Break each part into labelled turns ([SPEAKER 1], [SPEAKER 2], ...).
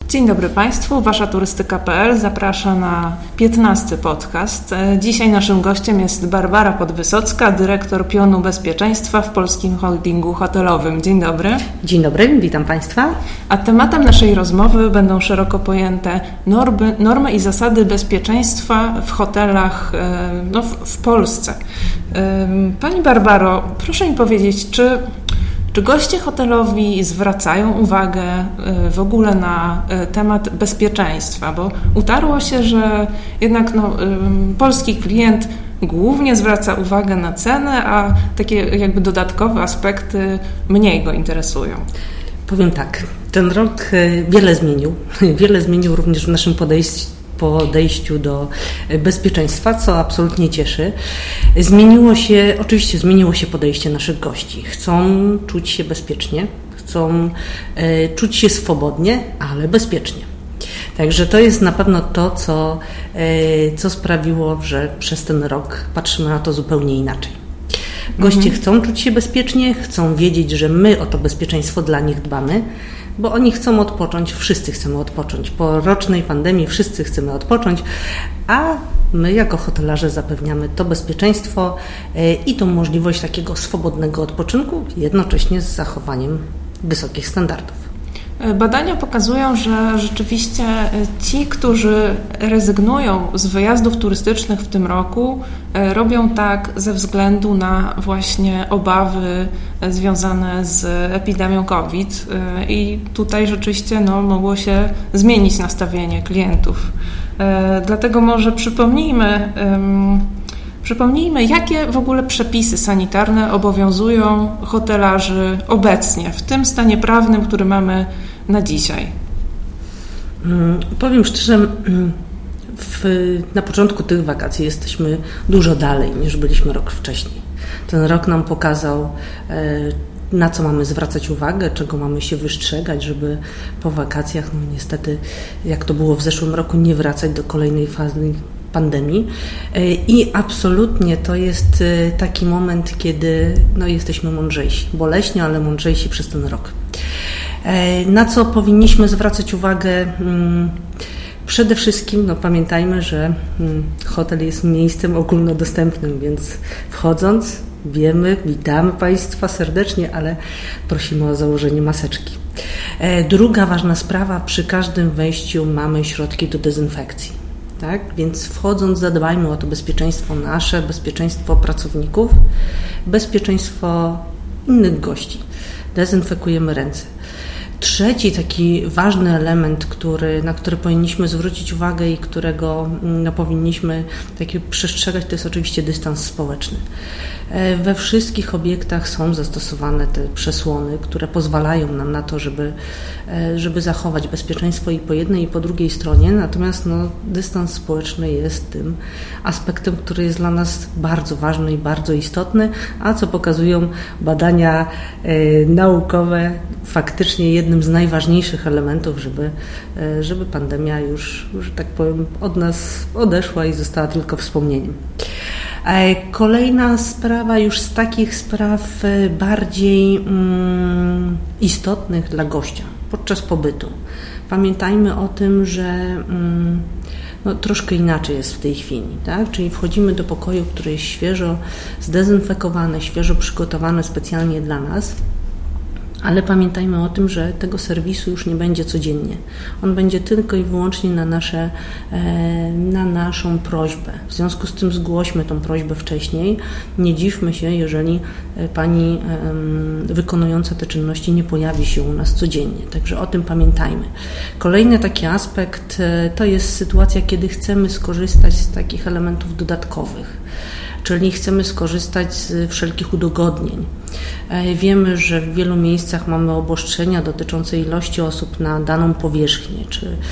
[SPEAKER 1] Dzień dobry Państwu, waszaturystyka.pl zaprasza na 15. podcast. Dzisiaj naszym gościem jest Barbara Podwysocka, dyrektor pionu bezpieczeństwa w Polskim Holdingu Hotelowym. Dzień dobry.
[SPEAKER 2] Dzień dobry, witam Państwa.
[SPEAKER 1] A tematem naszej rozmowy będą szeroko pojęte normy i zasady bezpieczeństwa w hotelach w Polsce. Pani Barbaro, proszę mi powiedzieć, czy goście hotelowi zwracają uwagę w ogóle na temat bezpieczeństwa? Bo utarło się, że jednak polski klient głównie zwraca uwagę na cenę, a takie jakby dodatkowe aspekty mniej go interesują.
[SPEAKER 2] Powiem tak, ten rok wiele zmienił. Wiele zmienił również w naszym podejściu do bezpieczeństwa, co absolutnie cieszy. Zmieniło się podejście naszych gości. Chcą czuć się bezpiecznie, chcą czuć się swobodnie, ale bezpiecznie. Także to jest na pewno to, co sprawiło, że przez ten rok patrzymy na to zupełnie inaczej. Goście chcą czuć się bezpiecznie, chcą wiedzieć, że my o to bezpieczeństwo dla nich dbamy, bo oni chcą odpocząć, wszyscy chcemy odpocząć. Po rocznej pandemii wszyscy chcemy odpocząć, a my jako hotelarze zapewniamy to bezpieczeństwo i tą możliwość takiego swobodnego odpoczynku, jednocześnie z zachowaniem wysokich standardów.
[SPEAKER 1] Badania pokazują, że rzeczywiście ci, którzy rezygnują z wyjazdów turystycznych w tym roku, robią tak ze względu na właśnie obawy związane z epidemią COVID i tutaj rzeczywiście mogło się zmienić nastawienie klientów. Dlatego może przypomnijmy, jakie w ogóle przepisy sanitarne obowiązują hotelarzy obecnie, w tym stanie prawnym, który mamy na dzisiaj.
[SPEAKER 2] Powiem szczerze, na początku tych wakacji jesteśmy dużo dalej niż byliśmy rok wcześniej. Ten rok nam pokazał, na co mamy zwracać uwagę, czego mamy się wystrzegać, żeby po wakacjach, niestety, jak to było w zeszłym roku, nie wracać do kolejnej fazy pandemii. I absolutnie to jest taki moment, kiedy jesteśmy mądrzejsi. Boleśnie, ale mądrzejsi przez ten rok. Na co powinniśmy zwracać uwagę? Przede wszystkim pamiętajmy, że hotel jest miejscem ogólnodostępnym, więc wchodząc witamy Państwa serdecznie, ale prosimy o założenie maseczki. Druga ważna sprawa, przy każdym wejściu mamy środki do dezynfekcji. Tak? Więc wchodząc zadbajmy o to bezpieczeństwo nasze, bezpieczeństwo pracowników, bezpieczeństwo innych gości. Dezynfekujemy ręce. Trzeci taki ważny element, na który powinniśmy zwrócić uwagę i którego powinniśmy przestrzegać, to jest oczywiście dystans społeczny. We wszystkich obiektach są zastosowane te przesłony, które pozwalają nam na to, żeby zachować bezpieczeństwo i po jednej i po drugiej stronie, natomiast dystans społeczny jest tym aspektem, który jest dla nas bardzo ważny i bardzo istotny, a co pokazują badania naukowe, faktycznie jednym z najważniejszych elementów, żeby pandemia już, że tak powiem, od nas odeszła i została tylko wspomnieniem. Kolejna sprawa już z takich spraw bardziej istotnych dla gościa podczas pobytu. Pamiętajmy o tym, że troszkę inaczej jest w tej chwili, tak? Czyli wchodzimy do pokoju, który jest świeżo zdezynfekowany, świeżo przygotowany specjalnie dla nas. Ale pamiętajmy o tym, że tego serwisu już nie będzie codziennie. On będzie tylko i wyłącznie na naszą prośbę. W związku z tym zgłośmy tą prośbę wcześniej. Nie dziwmy się, jeżeli pani wykonująca te czynności nie pojawi się u nas codziennie. Także o tym pamiętajmy. Kolejny taki aspekt to jest sytuacja, kiedy chcemy skorzystać z takich elementów dodatkowych. Czyli chcemy skorzystać z wszelkich udogodnień. Wiemy, że w wielu miejscach mamy obostrzenia dotyczące ilości osób na daną powierzchnię,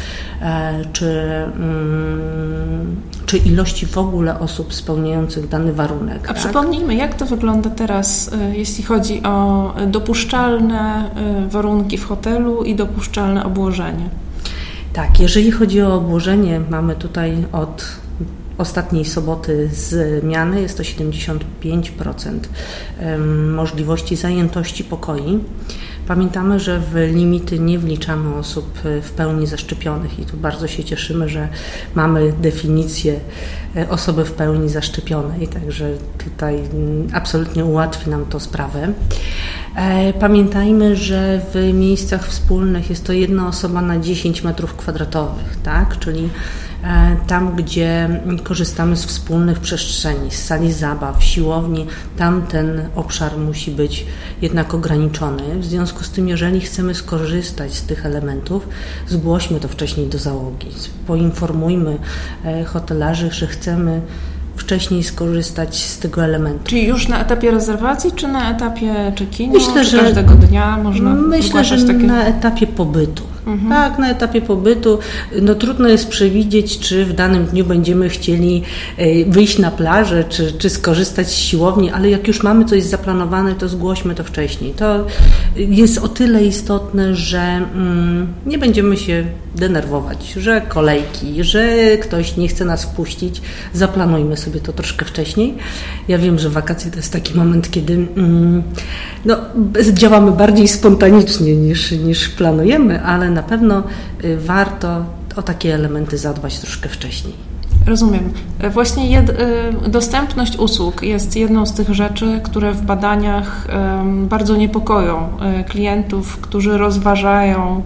[SPEAKER 2] czy ilości w ogóle osób spełniających dany warunek.
[SPEAKER 1] A tak? Przypomnijmy, jak to wygląda teraz, jeśli chodzi o dopuszczalne warunki w hotelu i dopuszczalne obłożenie?
[SPEAKER 2] Tak, jeżeli chodzi o obłożenie, mamy tutaj od ostatniej soboty zmiany, jest to 75% możliwości zajętości pokoi. Pamiętamy, że w limity nie wliczamy osób w pełni zaszczepionych i tu bardzo się cieszymy, że mamy definicję osoby w pełni zaszczepionej, także tutaj absolutnie ułatwi nam to sprawę. Pamiętajmy, że w miejscach wspólnych jest to 1 osoba na 10 metrów kwadratowych, tak? Czyli tam, gdzie korzystamy z wspólnych przestrzeni, z sali zabaw, siłowni, tam ten obszar musi być jednak ograniczony. W związku z tym, jeżeli chcemy skorzystać z tych elementów, zgłośmy to wcześniej do załogi. Poinformujmy hotelarzy, że chcemy wcześniej skorzystać z tego elementu.
[SPEAKER 1] Czyli już na etapie rezerwacji, czy na etapie check-inu? Myślę, że każdego dnia można
[SPEAKER 2] zgłaszać takie... na etapie pobytu. Tak, na etapie pobytu. No trudno jest przewidzieć, czy w danym dniu będziemy chcieli wyjść na plażę, czy skorzystać z siłowni, ale jak już mamy coś zaplanowane, to zgłośmy to wcześniej. To jest o tyle istotne, że nie będziemy się denerwować, że kolejki, że ktoś nie chce nas wpuścić. Zaplanujmy sobie to troszkę wcześniej. Ja wiem, że wakacje to jest taki moment, kiedy działamy bardziej spontanicznie niż planujemy, ale na pewno warto o takie elementy zadbać troszkę wcześniej.
[SPEAKER 1] Rozumiem. Właśnie dostępność usług jest jedną z tych rzeczy, które w badaniach bardzo niepokoją klientów, którzy rozważają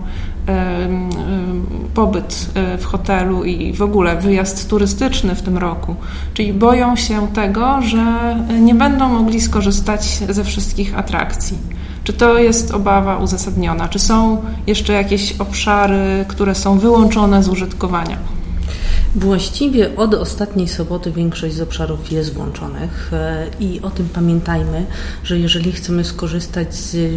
[SPEAKER 1] pobyt w hotelu i w ogóle wyjazd turystyczny w tym roku. Czyli boją się tego, że nie będą mogli skorzystać ze wszystkich atrakcji. Czy to jest obawa uzasadniona? Czy są jeszcze jakieś obszary, które są wyłączone z użytkowania?
[SPEAKER 2] Właściwie od ostatniej soboty większość z obszarów jest włączonych i o tym pamiętajmy, że jeżeli chcemy skorzystać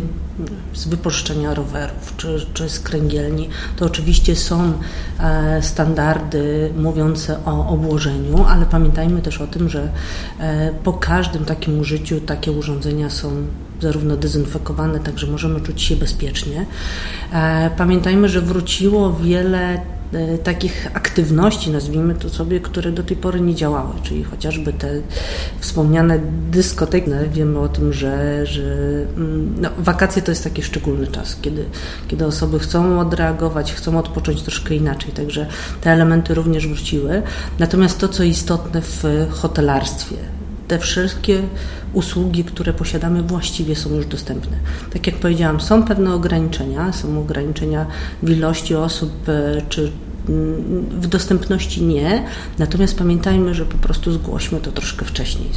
[SPEAKER 2] z wypożyczenia rowerów czy z kręgielni, to oczywiście są standardy mówiące o obłożeniu, ale pamiętajmy też o tym, że po każdym takim użyciu takie urządzenia są zarówno dezynfekowane, także możemy czuć się bezpiecznie. Pamiętajmy, że wróciło wiele takich aktywności, nazwijmy to sobie, które do tej pory nie działały, czyli chociażby te wspomniane dyskoteki. Wiemy o tym, że wakacje to jest taki szczególny czas, kiedy osoby chcą odreagować, chcą odpocząć troszkę inaczej, także te elementy również wróciły. Natomiast to, co istotne w hotelarstwie, te wszystkie usługi, które posiadamy, właściwie są już dostępne. Tak jak powiedziałam, są pewne ograniczenia, są ograniczenia w ilości osób, czy w dostępności nie, natomiast pamiętajmy, że po prostu zgłośmy to troszkę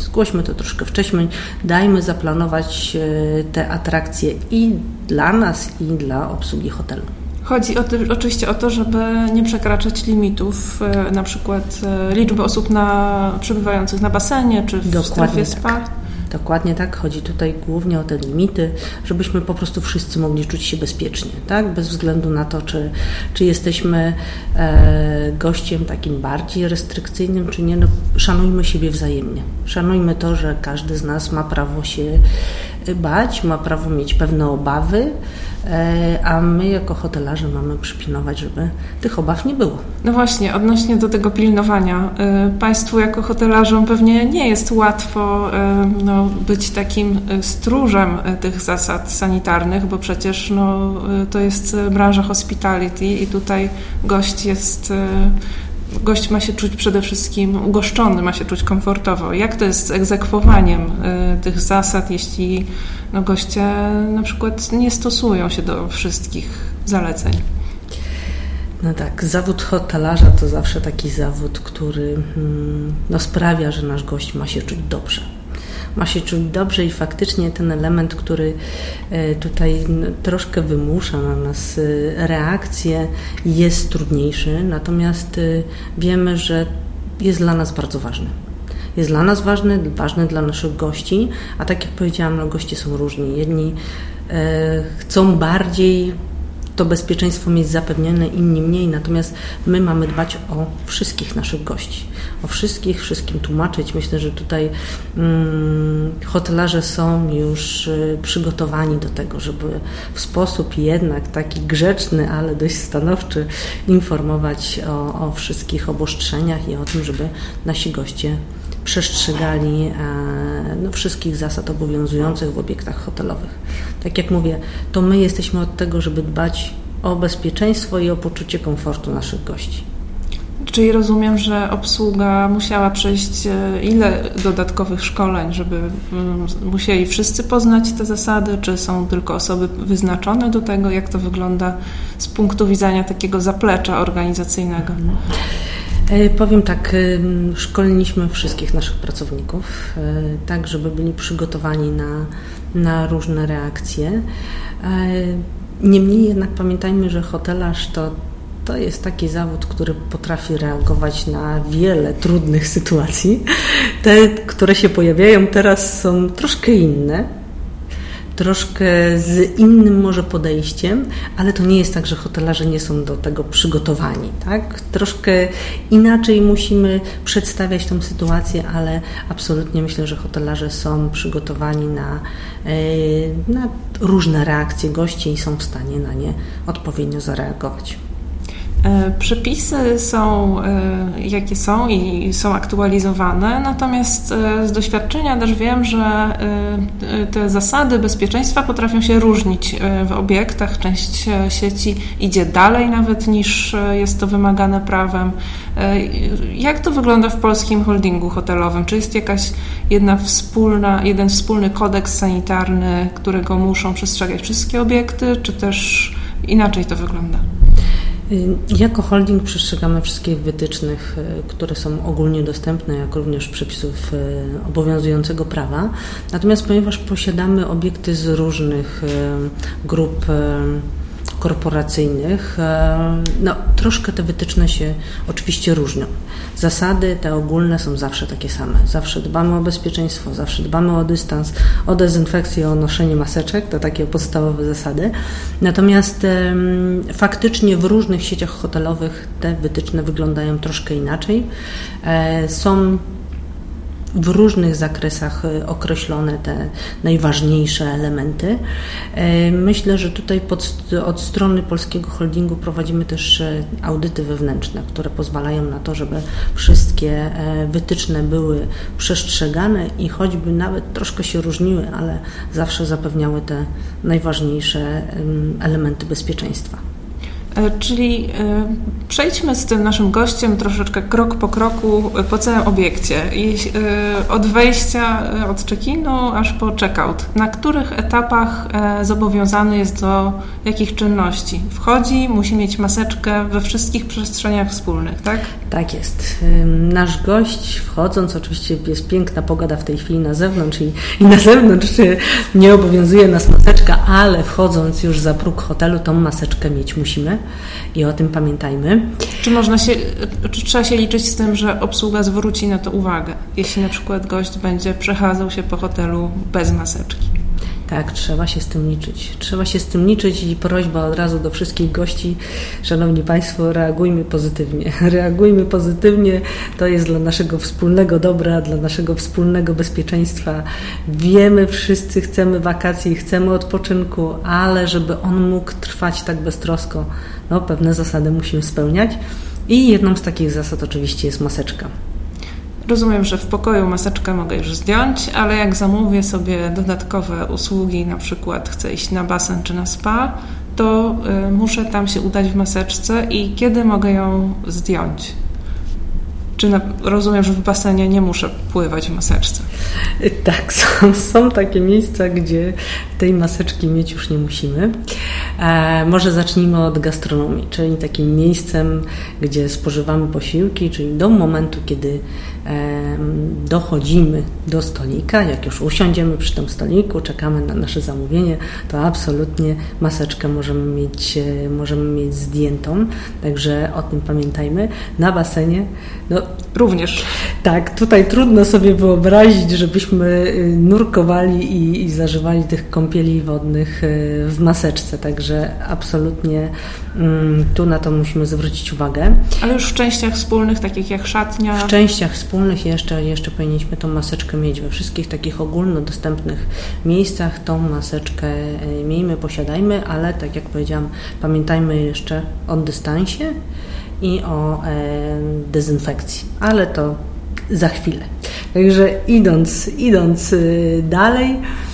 [SPEAKER 2] wcześniej. Dajmy zaplanować te atrakcje i dla nas, i dla obsługi hotelu.
[SPEAKER 1] Chodzi oczywiście o to, żeby nie przekraczać limitów, na przykład liczby osób przebywających na basenie czy w strefie spa.
[SPEAKER 2] Tak. Dokładnie tak. Chodzi tutaj głównie o te limity, żebyśmy po prostu wszyscy mogli czuć się bezpiecznie, tak? Bez względu na to, czy jesteśmy gościem takim bardziej restrykcyjnym, czy nie. No, szanujmy siebie wzajemnie. Szanujmy to, że każdy z nas ma prawo się bać, ma prawo mieć pewne obawy, a my jako hotelarze mamy przypilnować, żeby tych obaw nie było.
[SPEAKER 1] No właśnie, odnośnie do tego pilnowania. Państwu jako hotelarzom pewnie nie jest łatwo być takim stróżem tych zasad sanitarnych, bo przecież to jest branża hospitality i tutaj gość ma się czuć przede wszystkim ugoszczony, ma się czuć komfortowo. Jak to jest z egzekwowaniem tych zasad, jeśli goście na przykład nie stosują się do wszystkich zaleceń?
[SPEAKER 2] No tak, zawód hotelarza to zawsze taki zawód, który sprawia, że nasz gość ma się czuć dobrze. Ma się czuć dobrze i faktycznie ten element, który tutaj troszkę wymusza na nas reakcję, jest trudniejszy, natomiast wiemy, że jest dla nas bardzo ważny. Jest dla nas ważny dla naszych gości, a tak jak powiedziałam, goście są różni. Jedni chcą bardziej to bezpieczeństwo mieć zapewnione, inni mniej, natomiast my mamy dbać o wszystkich naszych gości, wszystkim tłumaczyć. Myślę, że tutaj hotelarze są już przygotowani do tego, żeby w sposób jednak taki grzeczny, ale dość stanowczy informować o wszystkich obostrzeniach i o tym, żeby nasi goście przestrzegali wszystkich zasad obowiązujących w obiektach hotelowych. Tak jak mówię, to my jesteśmy od tego, żeby dbać o bezpieczeństwo i o poczucie komfortu naszych gości.
[SPEAKER 1] Czyli rozumiem, że obsługa musiała przejść ile dodatkowych szkoleń, żeby musieli wszyscy poznać te zasady, czy są tylko osoby wyznaczone do tego? Jak to wygląda z punktu widzenia takiego zaplecza organizacyjnego?
[SPEAKER 2] Powiem tak, szkoliliśmy wszystkich naszych pracowników, tak żeby byli przygotowani na różne reakcje. Niemniej jednak pamiętajmy, że hotelarz to jest taki zawód, który potrafi reagować na wiele trudnych sytuacji. Te, które się pojawiają teraz, są troszkę inne, troszkę z innym może podejściem, ale to nie jest tak, że hotelarze nie są do tego przygotowani, tak? Troszkę inaczej musimy przedstawiać tę sytuację, ale absolutnie myślę, że hotelarze są przygotowani na różne reakcje gości i są w stanie na nie odpowiednio zareagować.
[SPEAKER 1] Przepisy są jakie są i są aktualizowane, natomiast z doświadczenia też wiem, że te zasady bezpieczeństwa potrafią się różnić w obiektach. Część sieci idzie dalej nawet niż jest to wymagane prawem. Jak to wygląda w polskim holdingu hotelowym? Czy jest jakaś jeden wspólny kodeks sanitarny, którego muszą przestrzegać wszystkie obiekty, czy też inaczej to wygląda?
[SPEAKER 2] Jako holding przestrzegamy wszystkich wytycznych, które są ogólnie dostępne, jak również przepisów obowiązującego prawa. Natomiast ponieważ posiadamy obiekty z różnych grup korporacyjnych, troszkę te wytyczne się oczywiście różnią. Zasady te ogólne są zawsze takie same. Zawsze dbamy o bezpieczeństwo, zawsze dbamy o dystans, o dezynfekcję, o noszenie maseczek, to takie podstawowe zasady. Natomiast faktycznie w różnych sieciach hotelowych te wytyczne wyglądają troszkę inaczej. Są w różnych zakresach określone te najważniejsze elementy. Myślę, że tutaj od strony polskiego holdingu prowadzimy też audyty wewnętrzne, które pozwalają na to, żeby wszystkie wytyczne były przestrzegane i choćby nawet troszkę się różniły, ale zawsze zapewniały te najważniejsze elementy bezpieczeństwa.
[SPEAKER 1] Czyli przejdźmy z tym naszym gościem troszeczkę krok po kroku po całym obiekcie. Od wejścia, od check-inu aż po check-out. Na których etapach zobowiązany jest do jakich czynności? Wchodzi, musi mieć maseczkę we wszystkich przestrzeniach wspólnych, tak?
[SPEAKER 2] Tak jest. Nasz gość wchodząc, oczywiście jest piękna pogoda w tej chwili na zewnątrz i na zewnątrz nie obowiązuje nas maseczka, ale wchodząc już za próg hotelu, tą maseczkę mieć musimy. I o tym pamiętajmy.
[SPEAKER 1] Czy trzeba się liczyć z tym, że obsługa zwróci na to uwagę, jeśli na przykład gość będzie przechadzał się po hotelu bez maseczki?
[SPEAKER 2] Tak, trzeba się z tym liczyć. Trzeba się z tym liczyć i prośba od razu do wszystkich gości. Szanowni Państwo, reagujmy pozytywnie. Reagujmy pozytywnie. To jest dla naszego wspólnego dobra, dla naszego wspólnego bezpieczeństwa. Wiemy, wszyscy chcemy wakacji, chcemy odpoczynku, ale żeby on mógł trwać tak beztrosko, pewne zasady musimy spełniać. I jedną z takich zasad oczywiście jest maseczka.
[SPEAKER 1] Rozumiem, że w pokoju maseczkę mogę już zdjąć, ale jak zamówię sobie dodatkowe usługi, na przykład chcę iść na basen czy na spa, to muszę tam się udać w maseczce i kiedy mogę ją zdjąć? Rozumiem, że w basenie nie muszę pływać w maseczce.
[SPEAKER 2] Tak, są takie miejsca, gdzie tej maseczki mieć już nie musimy. Może zacznijmy od gastronomii, czyli takim miejscem, gdzie spożywamy posiłki, czyli do momentu, kiedy dochodzimy do stolika, jak już usiądziemy przy tym stoliku, czekamy na nasze zamówienie, to absolutnie maseczkę możemy mieć zdjętą, także o tym pamiętajmy. Na basenie
[SPEAKER 1] również.
[SPEAKER 2] Tak, tutaj trudno sobie wyobrazić, żebyśmy nurkowali i zażywali tych kąpieli wodnych w maseczce, także absolutnie tu na to musimy zwrócić uwagę.
[SPEAKER 1] Ale już w częściach wspólnych, takich jak szatnia?
[SPEAKER 2] W częściach wspólnych jeszcze powinniśmy tą maseczkę mieć. We wszystkich takich ogólnodostępnych miejscach tą maseczkę miejmy, posiadajmy, ale tak jak powiedziałam, pamiętajmy jeszcze o dystansie i o dezynfekcji, ale to za chwilę. Także idąc dalej,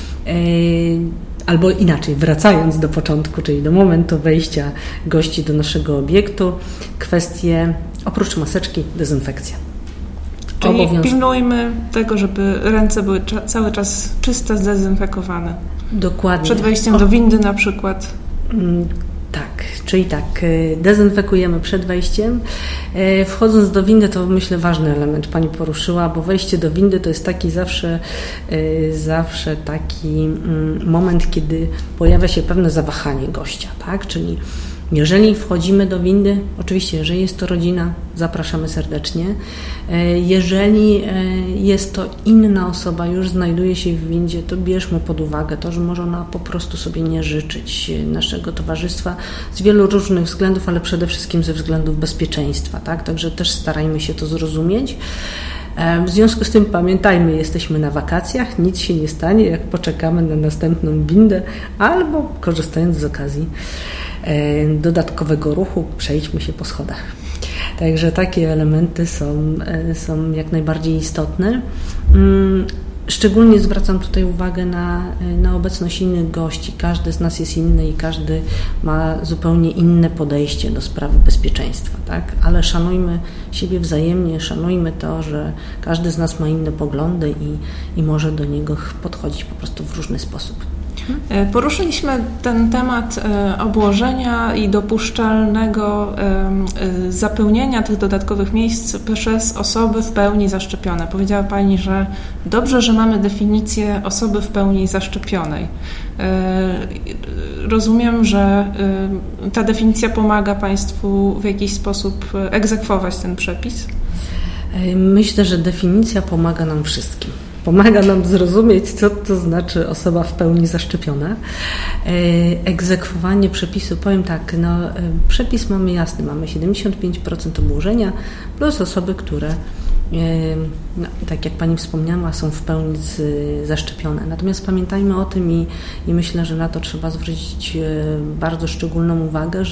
[SPEAKER 2] albo inaczej, wracając do początku, czyli do momentu wejścia gości do naszego obiektu, kwestie, oprócz maseczki, dezynfekcja.
[SPEAKER 1] Czyli pilnujmy tego, żeby ręce były cały czas czyste, zdezynfekowane.
[SPEAKER 2] Dokładnie.
[SPEAKER 1] Przed wejściem do windy na przykład.
[SPEAKER 2] Tak, czyli tak, dezynfekujemy przed wejściem. Wchodząc do windy, to myślę ważny element Pani poruszyła, bo wejście do windy to jest taki zawsze taki moment, kiedy pojawia się pewne zawahanie gościa, tak? Czyli jeżeli wchodzimy do windy, oczywiście, jeżeli jest to rodzina, zapraszamy serdecznie. Jeżeli jest to inna osoba, już znajduje się w windzie, to bierzmy pod uwagę to, że może ona po prostu sobie nie życzyć naszego towarzystwa z wielu różnych względów, ale przede wszystkim ze względów bezpieczeństwa, tak? Także też starajmy się to zrozumieć. W związku z tym pamiętajmy, jesteśmy na wakacjach, nic się nie stanie, jak poczekamy na następną windę, albo korzystając z okazji dodatkowego ruchu, przejdźmy się po schodach. Także takie elementy są jak najbardziej istotne. Szczególnie zwracam tutaj uwagę na obecność innych gości. Każdy z nas jest inny i każdy ma zupełnie inne podejście do sprawy bezpieczeństwa, tak? Ale szanujmy siebie wzajemnie, szanujmy to, że każdy z nas ma inne poglądy i może do niego podchodzić po prostu w różny sposób.
[SPEAKER 1] Poruszyliśmy ten temat obłożenia i dopuszczalnego zapełnienia tych dodatkowych miejsc przez osoby w pełni zaszczepione. Powiedziała Pani, że dobrze, że mamy definicję osoby w pełni zaszczepionej. Rozumiem, że ta definicja pomaga Państwu w jakiś sposób egzekwować ten przepis?
[SPEAKER 2] Myślę, że definicja pomaga nam wszystkim. Pomaga nam zrozumieć, co to znaczy osoba w pełni zaszczepiona. Egzekwowanie przepisu, powiem tak, przepis mamy jasny, mamy 75% obłożenia plus osoby, które, tak jak Pani wspomniała, są w pełni zaszczepione. Natomiast pamiętajmy o tym i myślę, że na to trzeba zwrócić bardzo szczególną uwagę,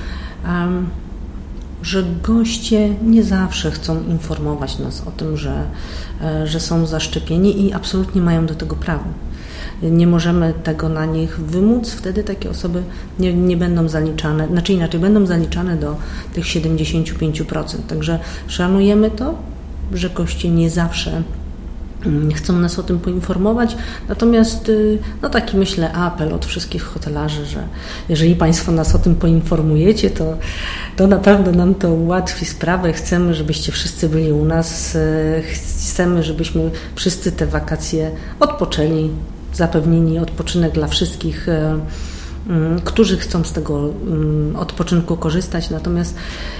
[SPEAKER 2] że goście nie zawsze chcą informować nas o tym, że są zaszczepieni i absolutnie mają do tego prawo. Nie możemy tego na nich wymóc, wtedy takie osoby nie będą zaliczane, znaczy inaczej, będą zaliczane do tych 75%. Także szanujemy to, że goście nie zawsze chcą nas o tym poinformować, natomiast taki myślę apel od wszystkich hotelarzy, że jeżeli Państwo nas o tym poinformujecie, to na pewno nam to ułatwi sprawę. Chcemy, żebyście wszyscy byli u nas, chcemy, żebyśmy wszyscy te wakacje odpoczęli, zapewnili odpoczynek dla wszystkich, którzy chcą z tego odpoczynku korzystać. Natomiast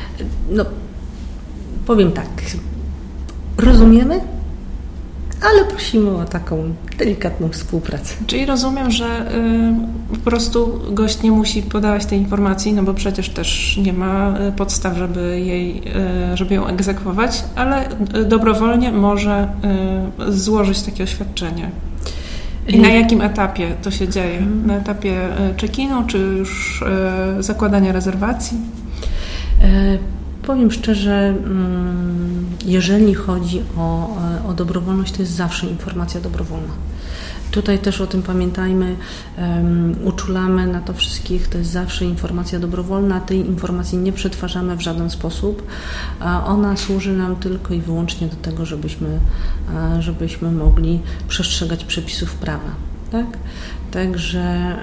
[SPEAKER 2] powiem tak, rozumiemy, ale prosimy o taką delikatną współpracę. Czyli
[SPEAKER 1] rozumiem, że po prostu gość nie musi podawać tej informacji, bo przecież też nie ma podstaw, żeby ją egzekwować, ale dobrowolnie może złożyć takie oświadczenie. I na jakim etapie to się dzieje? Na etapie check-inu, czy już zakładania rezerwacji?
[SPEAKER 2] Powiem szczerze, jeżeli chodzi o dobrowolność, to jest zawsze informacja dobrowolna. Tutaj też o tym pamiętajmy, uczulamy na to wszystkich, to jest zawsze informacja dobrowolna, tej informacji nie przetwarzamy w żaden sposób, a ona służy nam tylko i wyłącznie do tego, żebyśmy mogli przestrzegać przepisów prawa. Tak? Także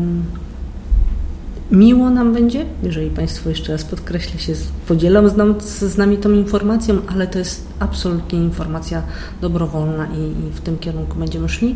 [SPEAKER 2] miło nam będzie, jeżeli Państwo, jeszcze raz podkreślę, się podzielą z nami tą informacją, ale to jest absolutnie informacja dobrowolna i w tym kierunku będziemy szli.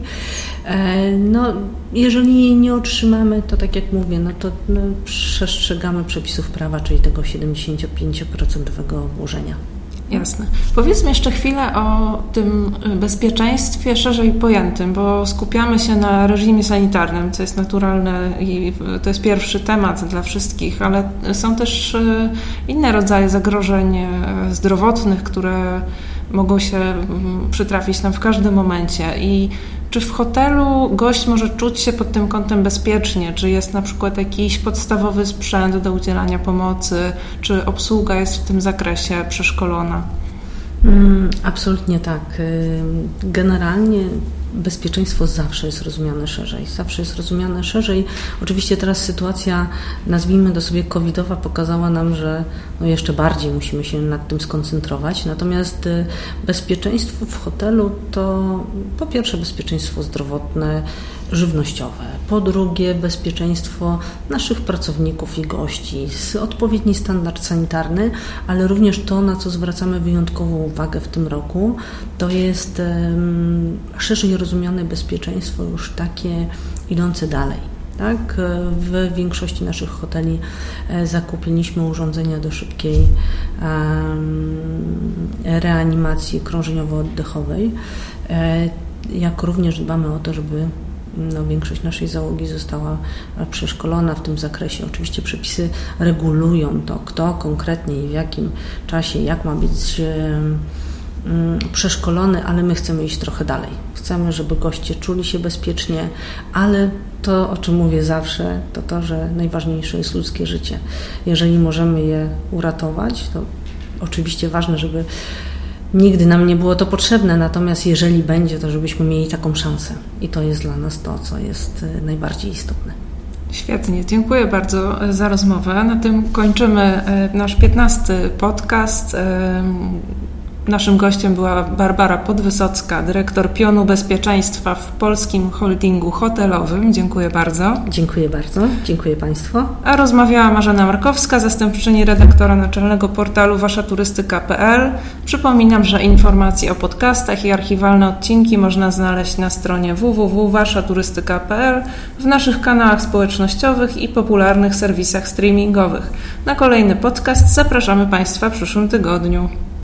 [SPEAKER 2] Jeżeli jej nie otrzymamy, to tak jak mówię, to przestrzegamy przepisów prawa, czyli tego 75% obłożenia.
[SPEAKER 1] Jasne. Powiedzmy jeszcze chwilę o tym bezpieczeństwie szerzej pojętym, bo skupiamy się na reżimie sanitarnym, co jest naturalne i to jest pierwszy temat dla wszystkich, ale są też inne rodzaje zagrożeń zdrowotnych, które mogą się przytrafić nam w każdym momencie. I czy w hotelu gość może czuć się pod tym kątem bezpiecznie? Czy jest na przykład jakiś podstawowy sprzęt do udzielania pomocy? Czy obsługa jest w tym zakresie przeszkolona?
[SPEAKER 2] Absolutnie tak. Generalnie bezpieczeństwo zawsze jest rozumiane szerzej. Oczywiście teraz sytuacja, nazwijmy to sobie covidowa, pokazała nam, że jeszcze bardziej musimy się nad tym skoncentrować. Natomiast bezpieczeństwo w hotelu to po pierwsze bezpieczeństwo zdrowotne, żywnościowe, po drugie bezpieczeństwo naszych pracowników i gości, odpowiedni standard sanitarny, ale również to, na co zwracamy wyjątkową uwagę w tym roku, to jest szerzej rozumiane bezpieczeństwo już takie idące dalej. Tak? W większości naszych hoteli zakupiliśmy urządzenia do szybkiej reanimacji krążeniowo-oddechowej, jak również dbamy o to, żeby większość naszej załogi została przeszkolona w tym zakresie. Oczywiście przepisy regulują to, kto konkretnie i w jakim czasie, jak ma być przeszkolony, ale my chcemy iść trochę dalej. Chcemy, żeby goście czuli się bezpiecznie, ale to, o czym mówię zawsze, to, że najważniejsze jest ludzkie życie. Jeżeli możemy je uratować, to oczywiście ważne, żeby nigdy nam nie było to potrzebne, natomiast jeżeli będzie, to żebyśmy mieli taką szansę. I to jest dla nas to, co jest najbardziej istotne.
[SPEAKER 1] Świetnie, dziękuję bardzo za rozmowę. Na tym kończymy nasz 15. podcast. Naszym gościem była Barbara Podwysocka, dyrektor pionu bezpieczeństwa w Polskim Holdingu Hotelowym. Dziękuję bardzo.
[SPEAKER 2] Dziękuję bardzo. Dziękuję Państwu.
[SPEAKER 1] A rozmawiała Marzena Markowska, zastępczyni redaktora naczelnego portalu waszaturystyka.pl. Przypominam, że informacje o podcastach i archiwalne odcinki można znaleźć na stronie www.waszaturystyka.pl, w naszych kanałach społecznościowych i popularnych serwisach streamingowych. Na kolejny podcast zapraszamy Państwa w przyszłym tygodniu.